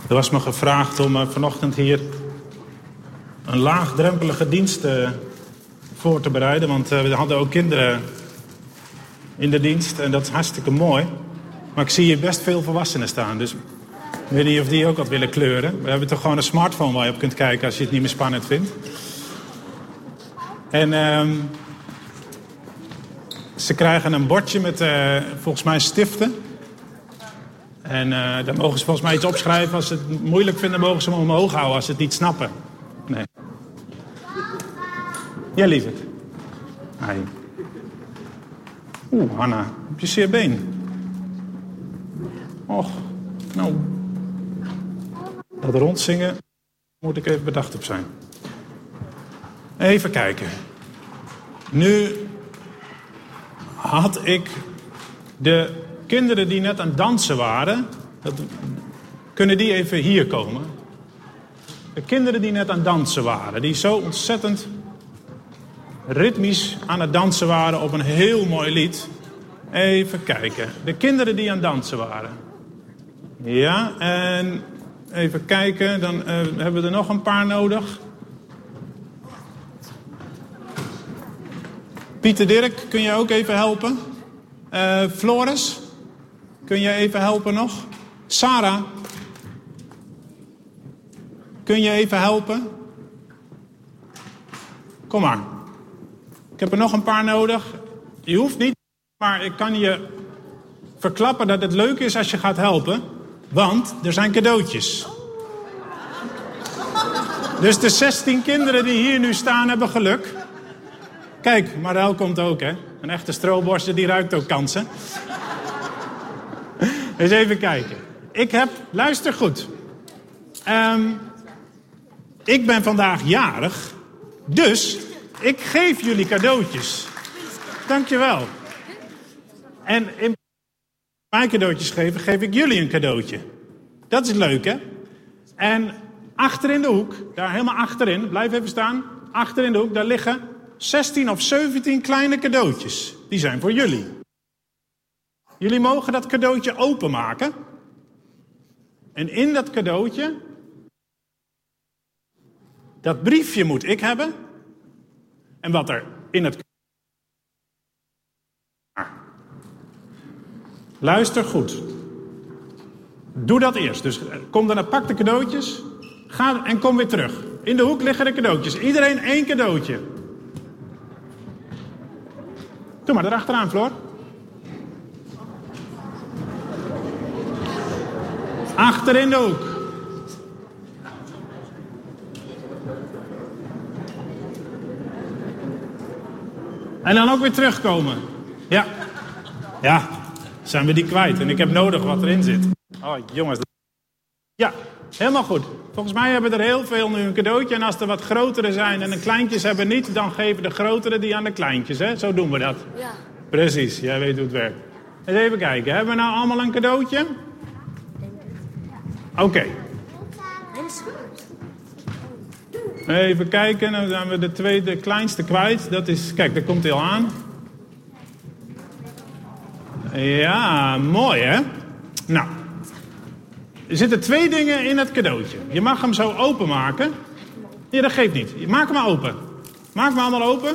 Er was me gevraagd om vanochtend hier een laagdrempelige dienst voor te bereiden. Want we hadden ook kinderen in de dienst en dat is hartstikke mooi. Maar ik zie hier best veel volwassenen staan. Dus ik weet niet of die ook wat willen kleuren. We hebben toch gewoon een smartphone waar je op kunt kijken als je het niet meer spannend vindt. En ze krijgen een bordje met volgens mij stiften. En daar mogen ze volgens mij iets opschrijven. Als ze het moeilijk vinden, mogen ze hem omhoog houden als ze het niet snappen. Nee. Ja, lieverd. Hi. Oeh, Hanna, heb je zeer been? Och, nou. Dat rondzingen moet ik even bedacht op zijn. Even kijken. Nu had ik de kinderen die net aan het dansen waren, kunnen die even hier komen? De kinderen die net aan het dansen waren, die zo ontzettend ritmisch aan het dansen waren op een heel mooi lied. Even kijken. De kinderen die aan het dansen waren. Ja, en even kijken, dan hebben we er nog een paar nodig. Pieter Dirk, kun je ook even helpen? Floris, kun je even helpen nog? Sarah, kun je even helpen? Kom maar. Ik heb er nog een paar nodig. Je hoeft niet, maar ik kan je verklappen dat het leuk is als je gaat helpen. Want er zijn cadeautjes. Dus de 16 kinderen die hier nu staan hebben geluk. Kijk, Marel komt ook, hè. Een echte stroopborster, die ruikt ook kansen. Eens even kijken. Luister goed. Ik ben vandaag jarig. Dus ik geef jullie cadeautjes. Dankjewel. En in mijn cadeautjes geven, geef ik jullie een cadeautje. Dat is leuk, hè? En achter in de hoek, daar helemaal achterin, blijf even staan. Achter in de hoek, daar liggen 16 of 17 kleine cadeautjes. Die zijn voor jullie. Jullie mogen dat cadeautje openmaken. En in dat cadeautje, dat briefje moet ik hebben. En wat er in het... Luister goed. Doe dat eerst. Dus kom dan, pak de cadeautjes. Ga en kom weer terug. In de hoek liggen de cadeautjes. Iedereen 1 cadeautje. Doe maar erachteraan, Floor. Achter in de hoek. En dan ook weer terugkomen. Ja. Ja, zijn we die kwijt. En ik heb nodig wat erin zit. Oh, jongens. Ja, helemaal goed. Volgens mij hebben er heel veel nu een cadeautje. En als er wat grotere zijn en de kleintjes hebben niet, dan geven de grotere die aan de kleintjes. Hè? Zo doen we dat. Ja. Precies, jij weet hoe het werkt. Eens even kijken. Hebben we nou allemaal een cadeautje? Oké. Even kijken, dan zijn we de kleinste kwijt. Dat is, kijk, daar komt hij al aan. Ja, mooi hè? Nou, er zitten 2 dingen in het cadeautje. Je mag hem zo openmaken. Nee, dat geeft niet. Maak hem maar open. Maak hem allemaal open.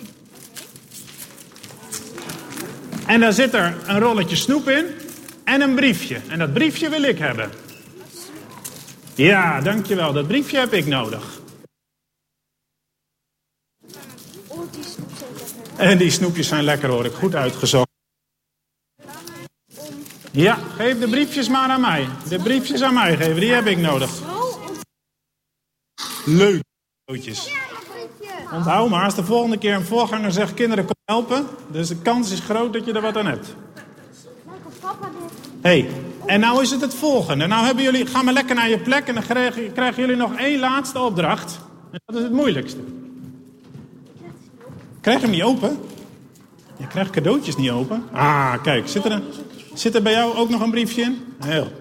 En daar zit er een rolletje snoep in. En een briefje. En dat briefje wil ik hebben. Ja, dankjewel. Dat briefje heb ik nodig. En die snoepjes zijn lekker, hoor ik. Goed uitgezocht. Ja, geef de briefjes maar aan mij. De briefjes aan mij geven, die heb ik nodig. Leuk. Onthoud maar, als de volgende keer een voorganger zegt, kinderen kom helpen. Dus de kans is groot dat je er wat aan hebt. Hey, en nou is het volgende. Nou hebben jullie, ga maar lekker naar je plek en dan krijgen jullie nog 1 laatste opdracht. En dat is het moeilijkste. Krijg je hem niet open? Je krijgt cadeautjes niet open. Ah, kijk, zit er bij jou ook nog een briefje in? Heel.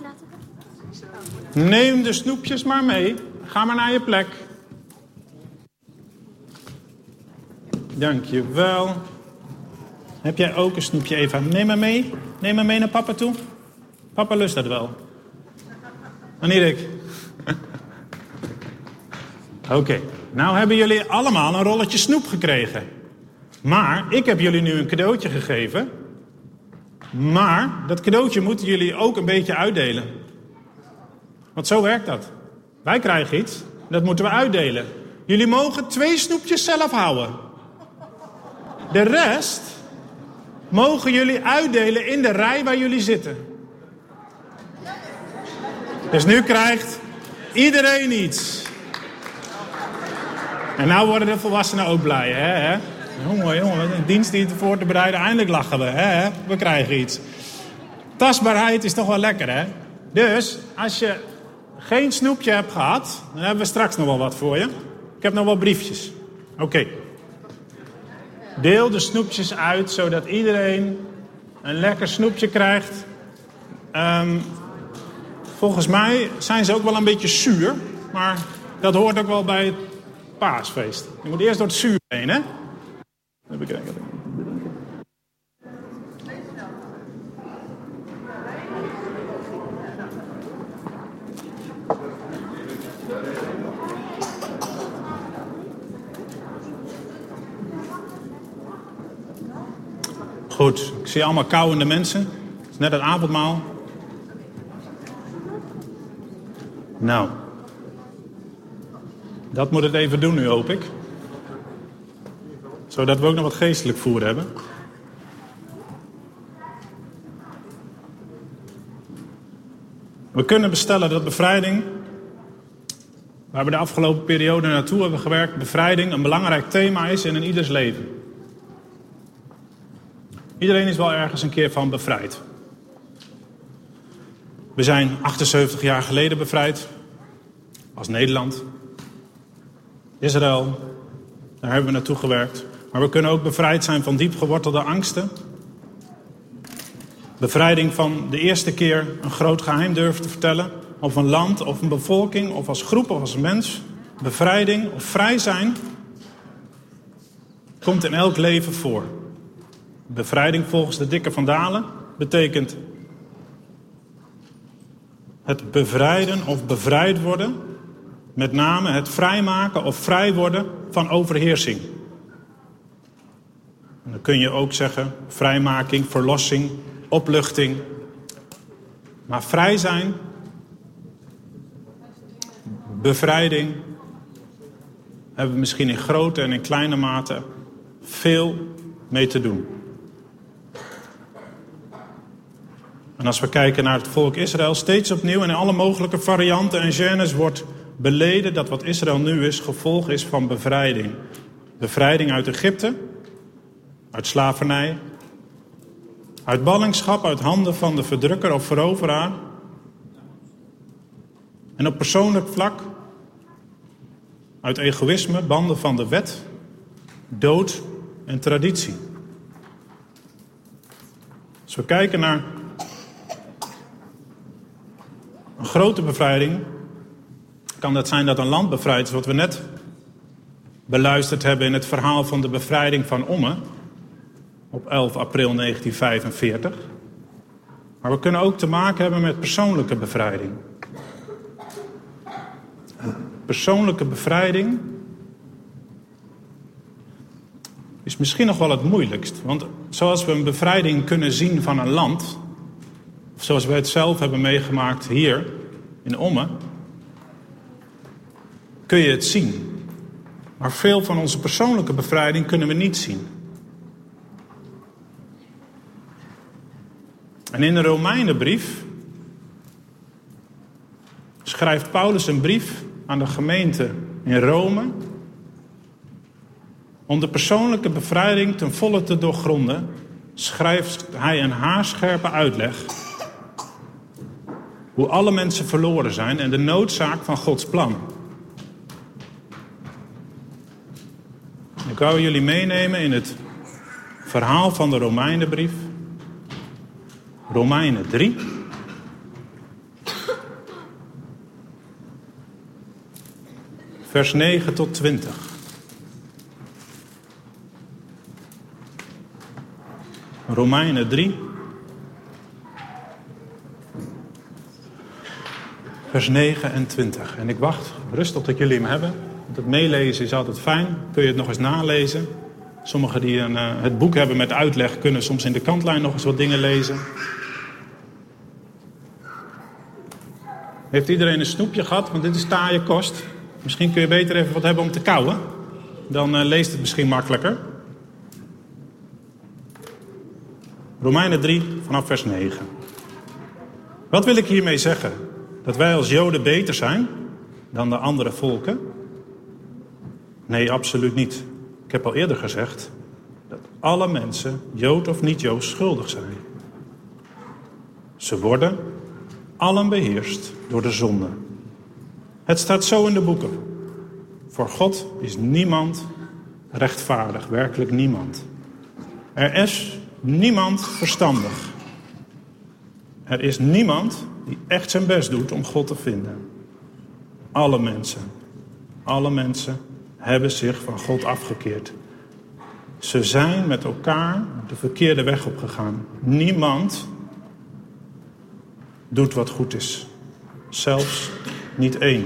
Neem de snoepjes maar mee. Ga maar naar je plek. Dankjewel. Heb jij ook een snoepje, Eva? Neem maar mee. Neem maar mee naar papa toe. Papa lust dat wel. Dan Erik. Oké, nou hebben jullie allemaal een rolletje snoep gekregen. Maar ik heb jullie nu een cadeautje gegeven. Maar dat cadeautje moeten jullie ook een beetje uitdelen. Want zo werkt dat. Wij krijgen iets, dat moeten we uitdelen. Jullie mogen 2 snoepjes zelf houden. De rest mogen jullie uitdelen in de rij waar jullie zitten. Dus nu krijgt iedereen iets. En nou worden de volwassenen ook blij, hè? Jongen, een dienst die voor te bereiden, eindelijk lachen we, hè? We krijgen iets. Tastbaarheid is toch wel lekker, hè? Dus, als je geen snoepje hebt gehad, dan hebben we straks nog wel wat voor je. Ik heb nog wel briefjes. Oké. Deel de snoepjes uit, zodat iedereen een lekker snoepje krijgt. Volgens mij zijn ze ook wel een beetje zuur, maar dat hoort ook wel bij het paasfeest. Je moet eerst door het zuur heen, hè? Even kijken. Goed, ik zie allemaal kauwende mensen. Het is net het avondmaal. Nou, dat moet het even doen nu, hoop ik. Zodat we ook nog wat geestelijk voer hebben. We kunnen bestellen dat bevrijding, waar we de afgelopen periode naartoe hebben gewerkt, bevrijding een belangrijk thema is in ieders leven. Iedereen is wel ergens een keer van bevrijd. We zijn 78 jaar geleden bevrijd. Als Nederland. Israël. Daar hebben we naartoe gewerkt. Maar we kunnen ook bevrijd zijn van diep gewortelde angsten. Bevrijding van de eerste keer een groot geheim durven te vertellen. Of een land, of een bevolking, of als groep, of als mens. Bevrijding of vrij zijn komt in elk leven voor. Bevrijding volgens de dikke Van Dalen betekent het bevrijden of bevrijd worden. Met name het vrijmaken of vrij worden van overheersing. En dan kun je ook zeggen vrijmaking, verlossing, opluchting. Maar vrij zijn, bevrijding, hebben we misschien in grote en in kleine mate veel mee te doen. En als we kijken naar het volk Israël, steeds opnieuw en in alle mogelijke varianten en genres wordt beleden dat wat Israël nu is, gevolg is van bevrijding. Bevrijding uit Egypte, uit slavernij, uit ballingschap, uit handen van de verdrukker of veroveraar. En op persoonlijk vlak, uit egoïsme, banden van de wet, dood en traditie. Als we kijken naar een grote bevrijding, kan dat zijn dat een land bevrijd is, wat we net beluisterd hebben in het verhaal van de bevrijding van Ommen op 11 april 1945. Maar we kunnen ook te maken hebben met persoonlijke bevrijding. En persoonlijke bevrijding is misschien nog wel het moeilijkst. Want zoals we een bevrijding kunnen zien van een land, of zoals we het zelf hebben meegemaakt hier in Ommen, kun je het zien. Maar veel van onze persoonlijke bevrijding kunnen we niet zien. En in de Romeinenbrief schrijft Paulus een brief aan de gemeente in Rome om de persoonlijke bevrijding ten volle te doorgronden, schrijft hij een haarscherpe uitleg hoe alle mensen verloren zijn en de noodzaak van Gods plan. Ik wou jullie meenemen in het verhaal van de Romeinenbrief. Romeinen 3. Vers 9 tot 20. Romeinen 3. vers 9 en 20. En ik wacht rust tot ik jullie hem hebben. Want het meelezen is altijd fijn. Kun je het nog eens nalezen. Sommigen die het boek hebben met uitleg kunnen soms in de kantlijn nog eens wat dingen lezen. Heeft iedereen een snoepje gehad? Want dit is taaie kost. Misschien kun je beter even wat hebben om te kauwen. Dan leest het misschien makkelijker. Romeinen 3 vanaf vers 9. Wat wil ik hiermee zeggen? Dat wij als Joden beter zijn dan de andere volken? Nee, absoluut niet. Ik heb al eerder gezegd dat alle mensen, Jood of niet-Jood, schuldig zijn. Ze worden allen beheerst door de zonde. Het staat zo in de boeken. Voor God is niemand rechtvaardig, werkelijk niemand. Er is niemand verstandig. Er is niemand die echt zijn best doet om God te vinden. Alle mensen hebben zich van God afgekeerd. Ze zijn met elkaar de verkeerde weg opgegaan. Niemand doet wat goed is. Zelfs niet één.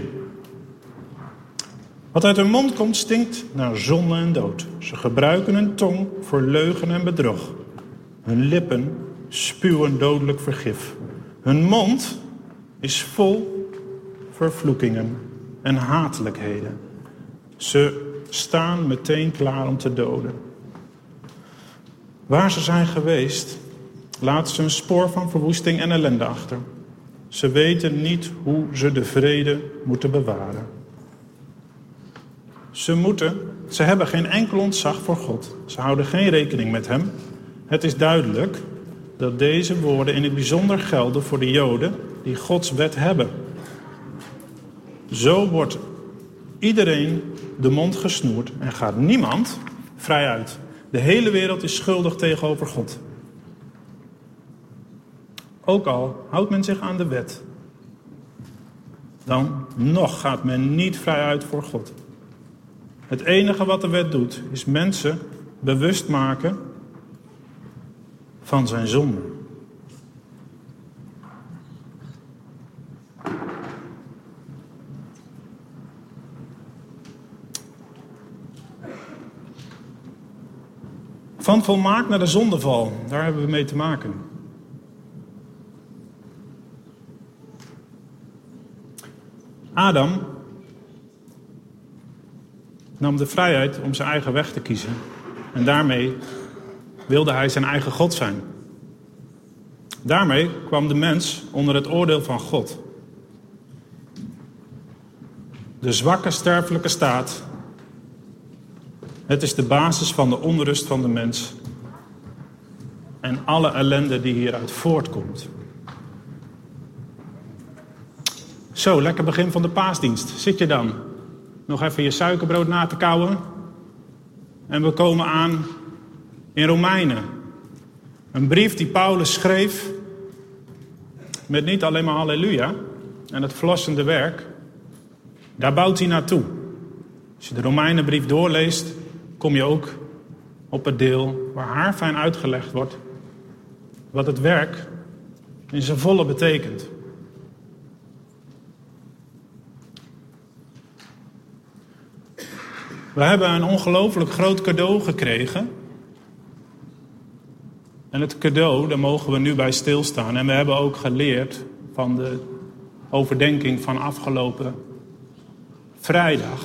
Wat uit hun mond komt stinkt naar zonde en dood. Ze gebruiken hun tong voor leugen en bedrog. Hun lippen spuwen dodelijk vergif. Hun mond is vol vervloekingen en hatelijkheden. Ze staan meteen klaar om te doden. Waar ze zijn geweest, laten ze een spoor van verwoesting en ellende achter. Ze weten niet hoe ze de vrede moeten bewaren. Ze hebben geen enkel ontzag voor God. Ze houden geen rekening met hem. Het is duidelijk dat deze woorden in het bijzonder gelden voor de Joden die Gods wet hebben. Zo wordt iedereen de mond gesnoerd en gaat niemand vrij uit. De hele wereld is schuldig tegenover God. Ook al houdt men zich aan de wet, dan nog gaat men niet vrij uit voor God. Het enige wat de wet doet, is mensen bewust maken van zijn zonde. Van volmaakt naar de zondeval, daar hebben we mee te maken. Adam nam de vrijheid om zijn eigen weg te kiezen. En daarmee wilde hij zijn eigen God zijn. Daarmee kwam de mens onder het oordeel van God. De zwakke sterfelijke staat. Het is de basis van de onrust van de mens. En alle ellende die hieruit voortkomt. Zo, lekker begin van de paasdienst. Zit je dan nog even je suikerbrood na te kauwen? En we komen aan in Romeinen. Een brief die Paulus schreef met niet alleen maar halleluja en het verlossende werk. Daar bouwt hij naartoe. Als je de Romeinenbrief doorleest, kom je ook op het deel waar haarfijn uitgelegd wordt wat het werk in zijn volle betekent. We hebben een ongelooflijk groot cadeau gekregen. En het cadeau, daar mogen we nu bij stilstaan. En we hebben ook geleerd van de overdenking van afgelopen vrijdag.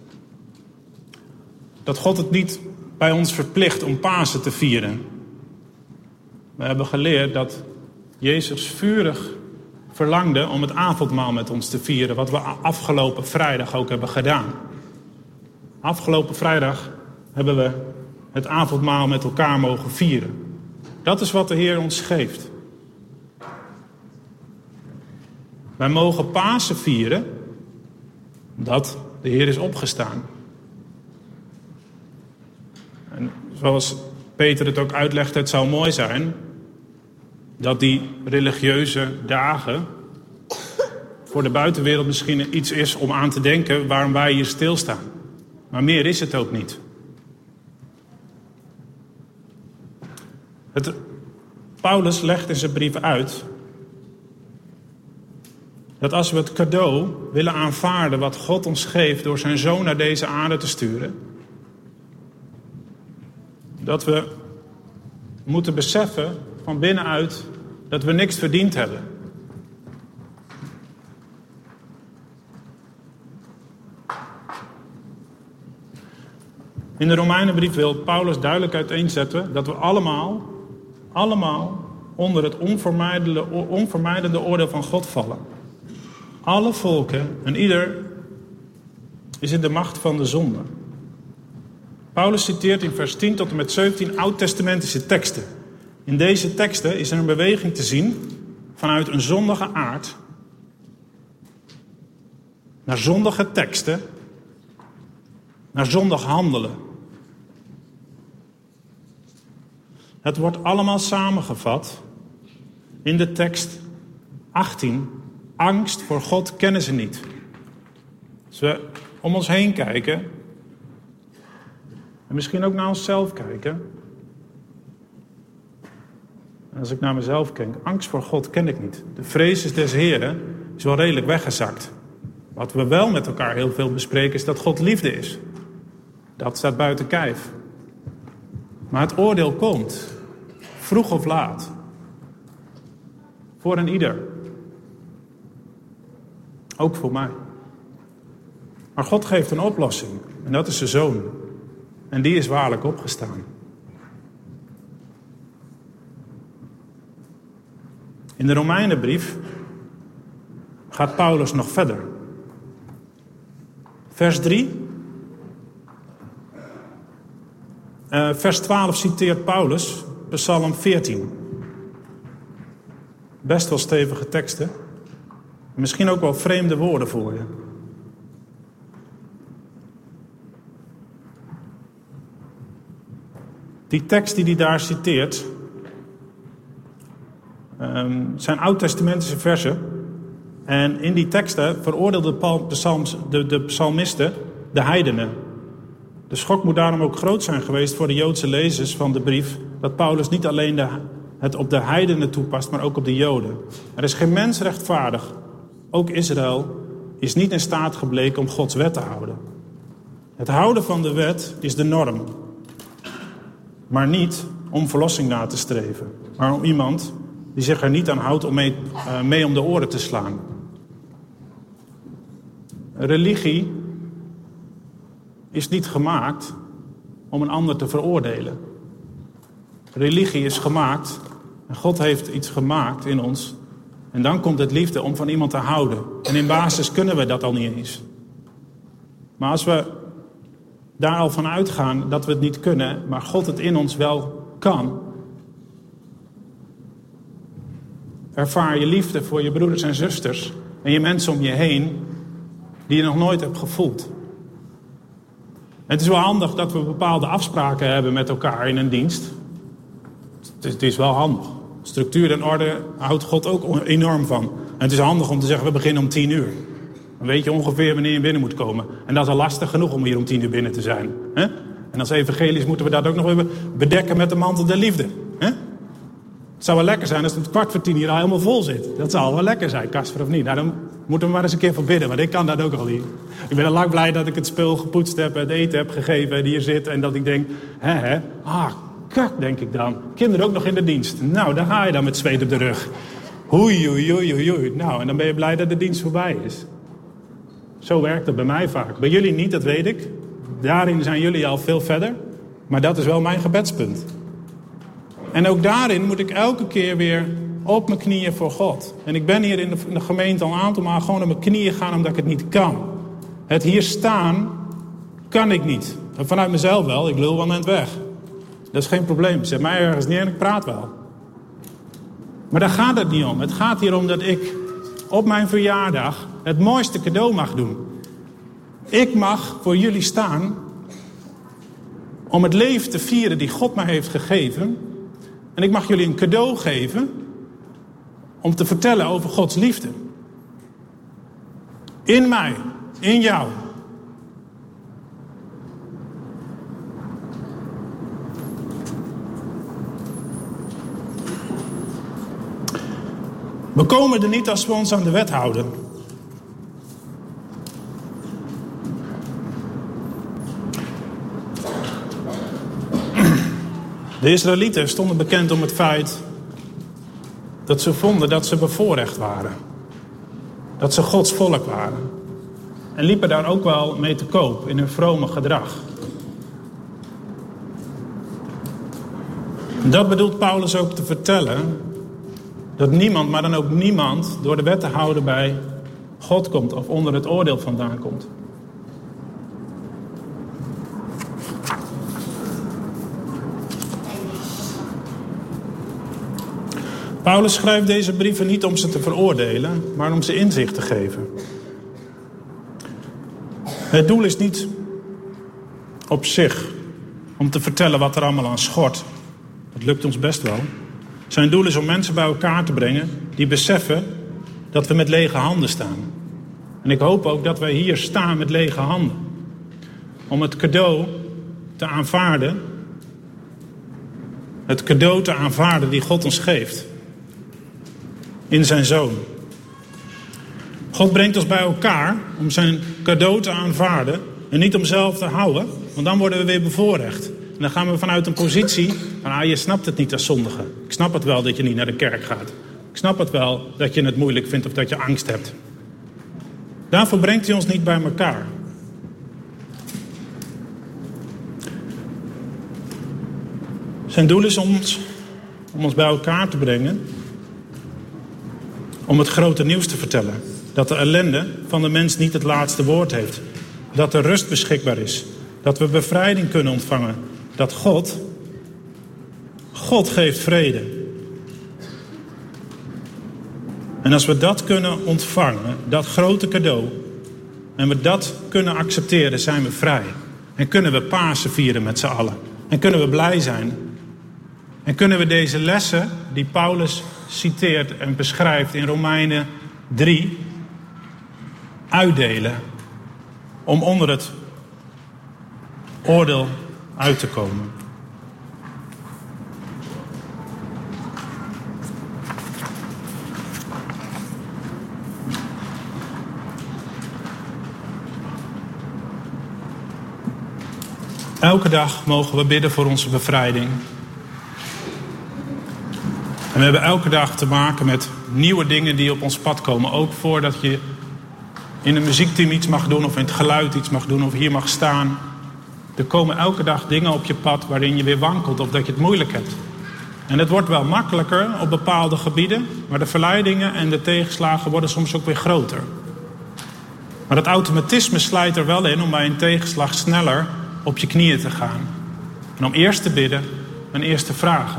Dat God het niet bij ons verplicht om Pasen te vieren. We hebben geleerd dat Jezus vurig verlangde om het avondmaal met ons te vieren. Wat we afgelopen vrijdag ook hebben gedaan. Afgelopen vrijdag hebben we het avondmaal met elkaar mogen vieren. Dat is wat de Heer ons geeft. Wij mogen Pasen vieren, omdat de Heer is opgestaan. En zoals Peter het ook uitlegt, het zou mooi zijn dat die religieuze dagen voor de buitenwereld misschien iets is om aan te denken waarom wij hier stilstaan. Maar meer is het ook niet. Paulus legt in zijn brief uit Dat als we het cadeau willen aanvaarden wat God ons geeft door zijn zoon naar deze aarde te sturen, dat we moeten beseffen van binnenuit dat we niks verdiend hebben. In de Romeinenbrief wil Paulus duidelijk uiteenzetten dat we allemaal onder het onvermijdende oordeel van God vallen. Alle volken en ieder is in de macht van de zonde. Paulus citeert in vers 10 tot en met 17 oud-testamentische teksten. In deze teksten is er een beweging te zien vanuit een zondige aard naar zondige teksten, naar zondig handelen. Het wordt allemaal samengevat in de tekst 18. Angst voor God kennen ze niet. Als we om ons heen kijken en misschien ook naar onszelf kijken. En als ik naar mezelf kijk, angst voor God ken ik niet. De vrees des Heren is wel redelijk weggezakt. Wat we wel met elkaar heel veel bespreken is dat God liefde is. Dat staat buiten kijf. Maar het oordeel komt, vroeg of laat, voor een ieder. Ook voor mij. Maar God geeft een oplossing. En dat is zijn zoon. En die is waarlijk opgestaan. In de Romeinenbrief gaat Paulus nog verder. Vers 3. Vers 12 citeert Paulus Psalm 14. Best wel stevige teksten. Misschien ook wel vreemde woorden voor je. Die tekst die hij daar citeert zijn oud-testamentische versen. En in die teksten veroordeelde de psalmisten de heidenen. De schok moet daarom ook groot zijn geweest voor de Joodse lezers van de brief, dat Paulus niet alleen het op de heidenen toepast, maar ook op de Joden. Er is geen mens rechtvaardig. Ook Israël is niet in staat gebleken om Gods wet te houden. Het houden van de wet is de norm. Maar niet om verlossing na te streven. Maar om iemand die zich er niet aan houdt om mee om de oren te slaan. Religie is niet gemaakt om een ander te veroordelen. Religie is gemaakt, en God heeft iets gemaakt in ons. En dan komt het liefde om van iemand te houden. En in basis kunnen we dat al niet eens. Maar als we daar al van uitgaan dat we het niet kunnen, maar God het in ons wel kan, ervaar je liefde voor je broeders en zusters en je mensen om je heen die je nog nooit hebt gevoeld. Het is wel handig dat we bepaalde afspraken hebben met elkaar in een dienst. Het is wel handig. Structuur en orde houdt God ook enorm van. En het is handig om te zeggen, we beginnen om 10:00. Dan weet je ongeveer wanneer je binnen moet komen. En dat is al lastig genoeg om hier om 10:00 binnen te zijn. En als evangelisch moeten we dat ook nog even bedekken met de mantel der liefde. Het zou wel lekker zijn als het 9:15 hier al helemaal vol zit. Dat zou wel lekker zijn, Kasper, of niet? Nou, dan moeten we maar eens een keer voor bidden, want ik kan dat ook al niet. Ik ben al lang blij dat ik het spul gepoetst heb, het eten heb gegeven die hier zit. En dat ik denk, kak, denk ik dan. Kinderen ook nog in de dienst. Nou, daar ga je dan met zweet op de rug. Oei. Nou, en dan ben je blij dat de dienst voorbij is. Zo werkt het bij mij vaak. Bij jullie niet, dat weet ik. Daarin zijn jullie al veel verder. Maar dat is wel mijn gebedspunt. En ook daarin moet ik elke keer weer op mijn knieën voor God. En ik ben hier in de gemeente al een aantal maal gewoon op mijn knieën gaan omdat ik het niet kan. Het hier staan kan ik niet. En vanuit mezelf wel, ik lul wel net weg. Dat is geen probleem. Zet mij ergens neer en ik praat wel. Maar daar gaat het niet om. Het gaat hier om dat ik op mijn verjaardag het mooiste cadeau mag doen. Ik mag voor jullie staan om het leven te vieren die God mij heeft gegeven. En ik mag jullie een cadeau geven om te vertellen over Gods liefde. In mij, in jou. We komen er niet als we ons aan de wet houden. De Israëlieten stonden bekend om het feit dat ze vonden dat ze bevoorrecht waren. Dat ze Gods volk waren. En liepen daar ook wel mee te koop in hun vrome gedrag. Dat bedoelt Paulus ook te vertellen. Dat niemand, maar dan ook niemand, door de wet te houden bij God komt of onder het oordeel vandaan komt. Paulus schrijft deze brieven niet om ze te veroordelen, maar om ze inzicht te geven. Het doel is niet op zich om te vertellen wat er allemaal aan schort. Dat lukt ons best wel. Zijn doel is om mensen bij elkaar te brengen die beseffen dat we met lege handen staan. En ik hoop ook dat wij hier staan met lege handen. Om het cadeau te aanvaarden. Het cadeau te aanvaarden die God ons geeft. In zijn Zoon. God brengt ons bij elkaar om zijn cadeau te aanvaarden. En niet om zelf te houden. Want dan worden we weer bevoorrecht. En dan gaan we vanuit een positie van, je snapt het niet als zondige. Ik snap het wel dat je niet naar de kerk gaat. Ik snap het wel dat je het moeilijk vindt of dat je angst hebt. Daarvoor brengt hij ons niet bij elkaar. Zijn doel is om ons bij elkaar te brengen. Om het grote nieuws te vertellen. Dat de ellende van de mens niet het laatste woord heeft. Dat er rust beschikbaar is. Dat we bevrijding kunnen ontvangen. Dat God geeft vrede. En als we dat kunnen ontvangen, dat grote cadeau, en we dat kunnen accepteren, zijn we vrij. En kunnen we Pasen vieren met z'n allen. En kunnen we blij zijn. En kunnen we deze lessen die Paulus citeert en beschrijft in Romeinen 3 uitdelen. Om onder het oordeel uit te komen. Elke dag mogen we bidden voor onze bevrijding. En we hebben elke dag te maken met nieuwe dingen die op ons pad komen. Ook voordat je in een muziekteam iets mag doen of in het geluid iets mag doen of hier mag staan. Er komen elke dag dingen op je pad waarin je weer wankelt of dat je het moeilijk hebt. En het wordt wel makkelijker op bepaalde gebieden, maar de verleidingen en de tegenslagen worden soms ook weer groter. Maar het automatisme slijt er wel in om bij een tegenslag sneller op je knieën te gaan. En om eerst te bidden en eerst te vragen.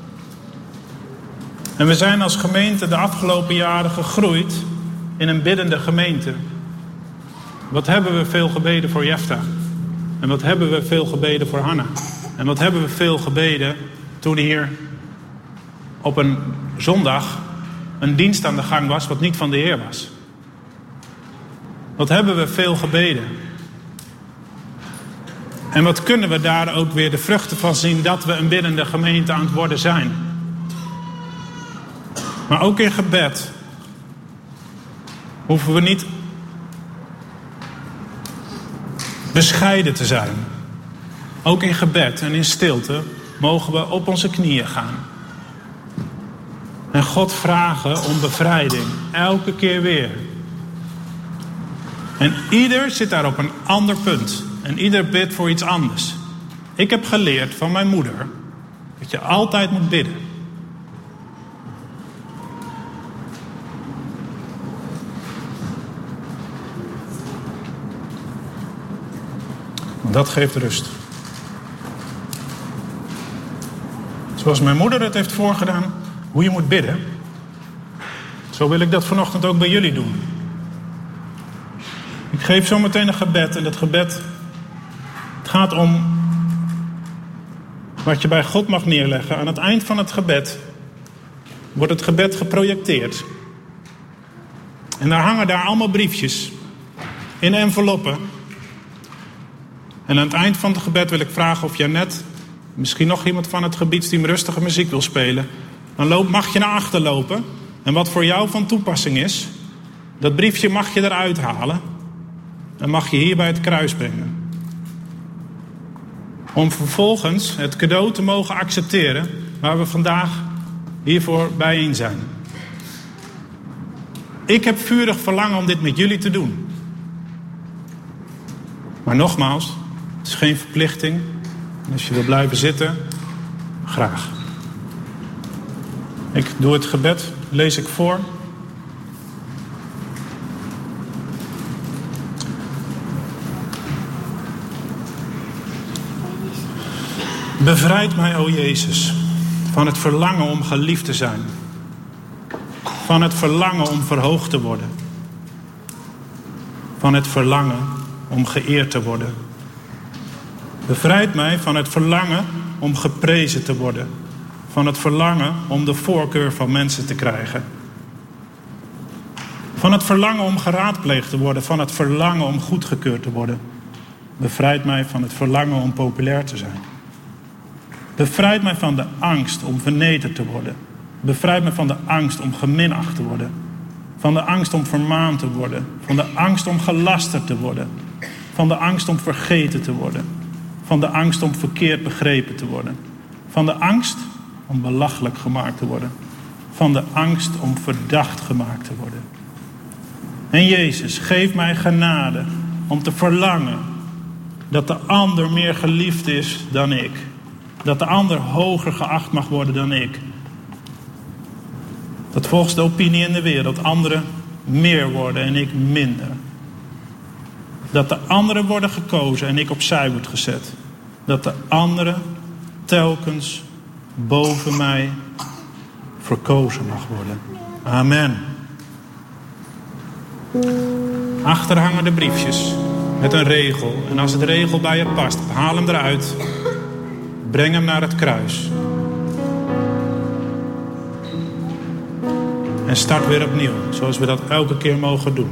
En we zijn als gemeente de afgelopen jaren gegroeid in een biddende gemeente. Wat hebben we veel gebeden voor Jefta? En wat hebben we veel gebeden voor Hanna? En wat hebben we veel gebeden toen hier op een zondag een dienst aan de gang was wat niet van de Heer was? Wat hebben we veel gebeden? En wat kunnen we daar ook weer de vruchten van zien dat we een biddende gemeente aan het worden zijn? Maar ook in gebed hoeven we niet bescheiden te zijn. Ook in gebed en in stilte mogen we op onze knieën gaan. En God vragen om bevrijding. Elke keer weer. En ieder zit daar op een ander punt. En ieder bidt voor iets anders. Ik heb geleerd van mijn moeder dat je altijd moet bidden. Want dat geeft rust. Zoals mijn moeder het heeft voorgedaan, hoe je moet bidden. Zo wil ik dat vanochtend ook bij jullie doen. Ik geef zo meteen een gebed. En dat gebed, het gaat om wat je bij God mag neerleggen. Aan het eind van het gebed wordt het gebed geprojecteerd. En daar hangen daar allemaal briefjes in enveloppen. En aan het eind van het gebed wil ik vragen of Janet, misschien nog iemand van het gebedsteam rustige muziek wil spelen. Dan mag je naar achter lopen. En wat voor jou van toepassing is, dat briefje mag je eruit halen. En mag je hier bij het kruis brengen. Om vervolgens het cadeau te mogen accepteren waar we vandaag hiervoor bijeen zijn. Ik heb vurig verlangen om dit met jullie te doen. Maar nogmaals, het is geen verplichting. En als je wil blijven zitten, graag. Ik doe het gebed, lees ik voor. Bevrijd mij, o Jezus, van het verlangen om geliefd te zijn. Van het verlangen om verhoogd te worden. Van het verlangen om geëerd te worden. Bevrijd mij van het verlangen om geprezen te worden. Van het verlangen om de voorkeur van mensen te krijgen. Van het verlangen om geraadpleegd te worden. Van het verlangen om goedgekeurd te worden. Bevrijd mij van het verlangen om populair te zijn. Bevrijd mij van de angst om vernederd te worden. Bevrijd mij van de angst om geminacht te worden. Van de angst om vermaand te worden. Van de angst om gelasterd te worden. Van de angst om vergeten te worden. Van de angst om verkeerd begrepen te worden. Van de angst om belachelijk gemaakt te worden. Van de angst om verdacht gemaakt te worden. En Jezus, geef mij genade om te verlangen dat de ander meer geliefd is dan ik. Dat de ander hoger geacht mag worden dan ik. Dat volgens de opinie in de wereld anderen meer worden en ik minder. Dat de anderen worden gekozen en ik opzij word gezet. Dat de anderen telkens boven mij verkozen mag worden. Amen. Achter hangen de briefjes met een regel. En als het regel bij je past, haal hem eruit. Breng hem naar het kruis. En start weer opnieuw, zoals we dat elke keer mogen doen.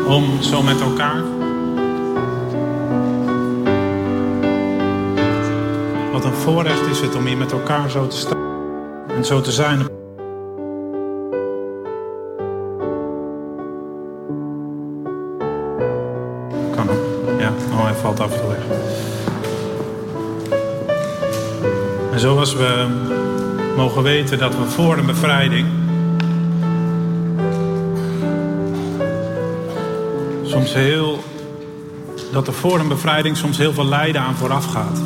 om zo met elkaar. Wat een voorrecht is het om hier met elkaar zo te staan en zo te zijn. Kan hem. Ja, oh, hij valt af en toe weg. En zoals we mogen weten dat we voor een bevrijding dat er voor een bevrijding soms heel veel lijden aan vooraf gaat.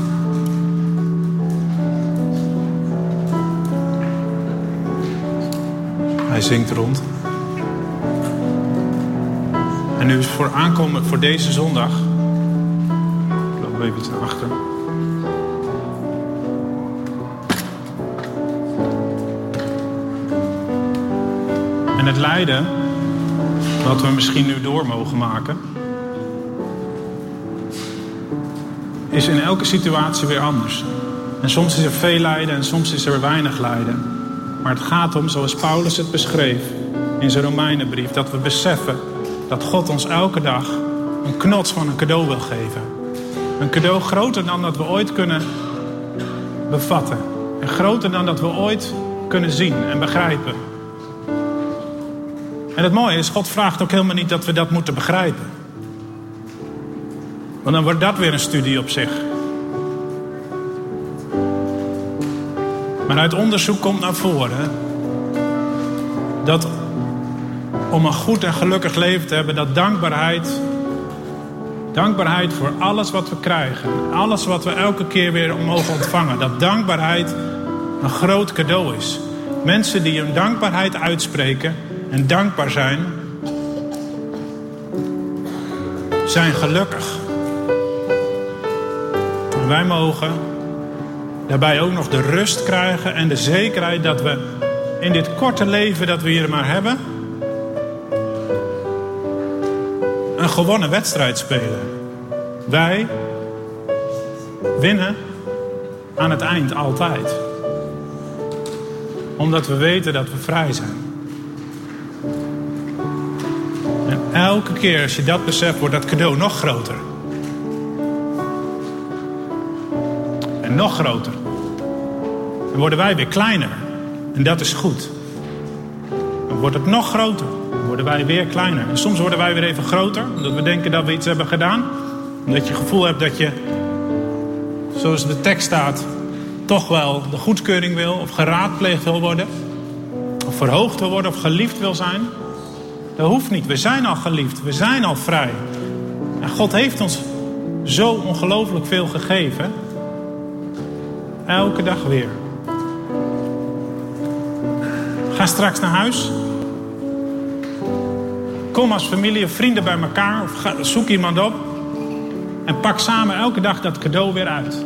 Hij zingt rond. En nu is voor deze zondag. Ik loop even iets naar achter. En het lijden wat we misschien nu door mogen maken, is in elke situatie weer anders. En soms is er veel lijden en soms is er weinig lijden. Maar het gaat om, zoals Paulus het beschreef in zijn Romeinenbrief, dat we beseffen dat God ons elke dag een knots van een cadeau wil geven. Een cadeau groter dan dat we ooit kunnen bevatten. En groter dan dat we ooit kunnen zien en begrijpen. En het mooie is, God vraagt ook helemaal niet dat we dat moeten begrijpen. Want dan wordt dat weer een studie op zich. Maar uit onderzoek komt naar voren dat om een goed en gelukkig leven te hebben, dat dankbaarheid voor alles wat we krijgen, alles wat we elke keer weer mogen ontvangen, dat dankbaarheid een groot cadeau is. Mensen die hun dankbaarheid uitspreken en dankbaar zijn gelukkig. En wij mogen daarbij ook nog de rust krijgen en de zekerheid dat we in dit korte leven dat we hier maar hebben, een gewonnen wedstrijd spelen. Wij winnen aan het eind altijd. Omdat we weten dat we vrij zijn. En elke keer als je dat beseft, wordt dat cadeau nog groter. En nog groter. Dan worden wij weer kleiner. En dat is goed. Dan wordt het nog groter. Dan worden wij weer kleiner. En soms worden wij weer even groter. Omdat we denken dat we iets hebben gedaan. Omdat je het gevoel hebt dat je, zoals de tekst staat, toch wel de goedkeuring wil. Of geraadpleegd wil worden. Of verhoogd wil worden. Of geliefd wil zijn. Dat hoeft niet. We zijn al geliefd. We zijn al vrij. En God heeft ons zo ongelooflijk veel gegeven. Elke dag weer. Ga straks naar huis. Kom als familie of vrienden bij elkaar. Of zoek iemand op. En pak samen elke dag dat cadeau weer uit.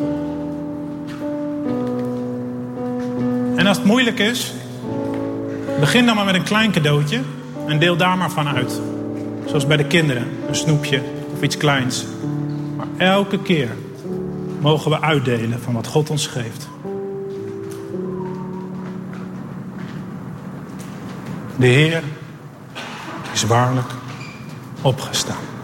En als het moeilijk is, begin dan maar met een klein cadeautje. En deel daar maar van uit. Zoals bij de kinderen. Een snoepje of iets kleins. Maar elke keer mogen we uitdelen van wat God ons geeft. De Heer is waarlijk opgestaan.